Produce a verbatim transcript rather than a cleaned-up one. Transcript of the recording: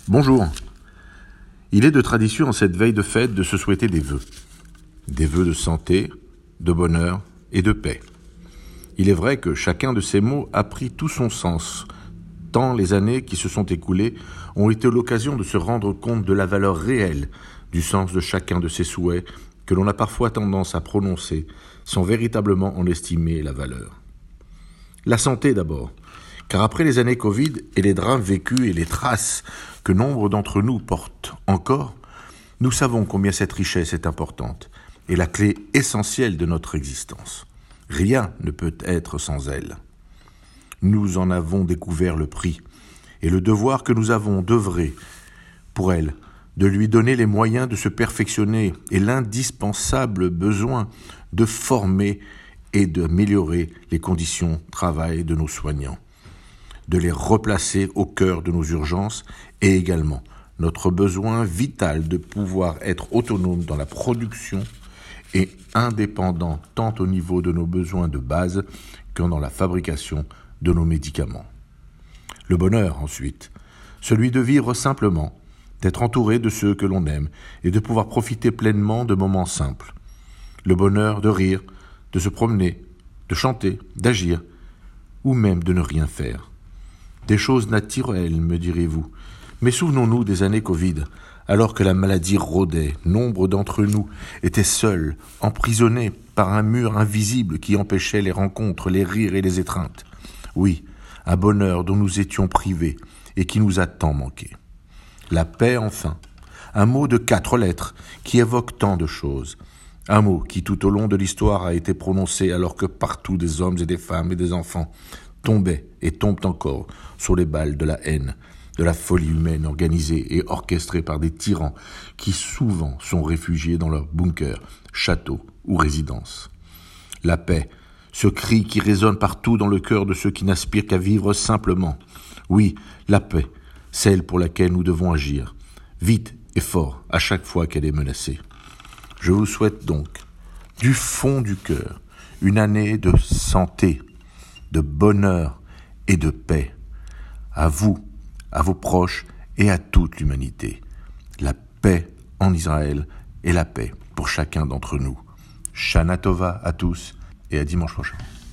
Bonjour. Il est de tradition en cette veille de fête de se souhaiter des vœux. Des vœux de santé, de bonheur et de paix. Il est vrai que chacun de ces mots a pris tout son sens, tant les années qui se sont écoulées ont été l'occasion de se rendre compte de la valeur réelle du sens de chacun de ces souhaits que l'on a parfois tendance à prononcer sans véritablement en estimer la valeur. La santé d'abord, car après les années Covid et les drames vécus et les traces que nombre d'entre nous portent encore, nous savons combien cette richesse est importante et la clé essentielle de notre existence. Rien ne peut être sans elle. Nous en avons découvert le prix et le devoir que nous avons d'œuvrer pour elle, de lui donner les moyens de se perfectionner et l'indispensable besoin de former et d'améliorer les conditions de travail de nos soignants, de les replacer au cœur de nos urgences et également notre besoin vital de pouvoir être autonome dans la production et indépendant tant au niveau de nos besoins de base que dans la fabrication de nos médicaments. Le bonheur ensuite, celui de vivre simplement, d'être entouré de ceux que l'on aime et de pouvoir profiter pleinement de moments simples. Le bonheur de rire, de se promener, de chanter, d'agir ou même de ne rien faire. Des choses naturelles, me direz-vous. Mais souvenons-nous des années Covid, alors que la maladie rôdait, nombre d'entre nous étaient seuls, emprisonnés par un mur invisible qui empêchait les rencontres, les rires et les étreintes. Oui, un bonheur dont nous étions privés et qui nous a tant manqué. La paix enfin, un mot de quatre lettres qui évoque tant de choses. Un mot qui tout au long de l'histoire a été prononcé alors que partout des hommes et des femmes et des enfants tombaient et tombent encore sur les balles de la haine, de la folie humaine organisée et orchestrée par des tyrans qui souvent sont réfugiés dans leurs bunkers, châteaux ou résidences. La paix, ce cri qui résonne partout dans le cœur de ceux qui n'aspirent qu'à vivre simplement. Oui, la paix, celle pour laquelle nous devons agir, vite et fort à chaque fois qu'elle est menacée. Je vous souhaite donc, du fond du cœur, une année de santé, de bonheur et de paix. À vous, à vos proches et à toute l'humanité. La paix en Israël et la paix pour chacun d'entre nous. Shana Tova à tous et à dimanche prochain.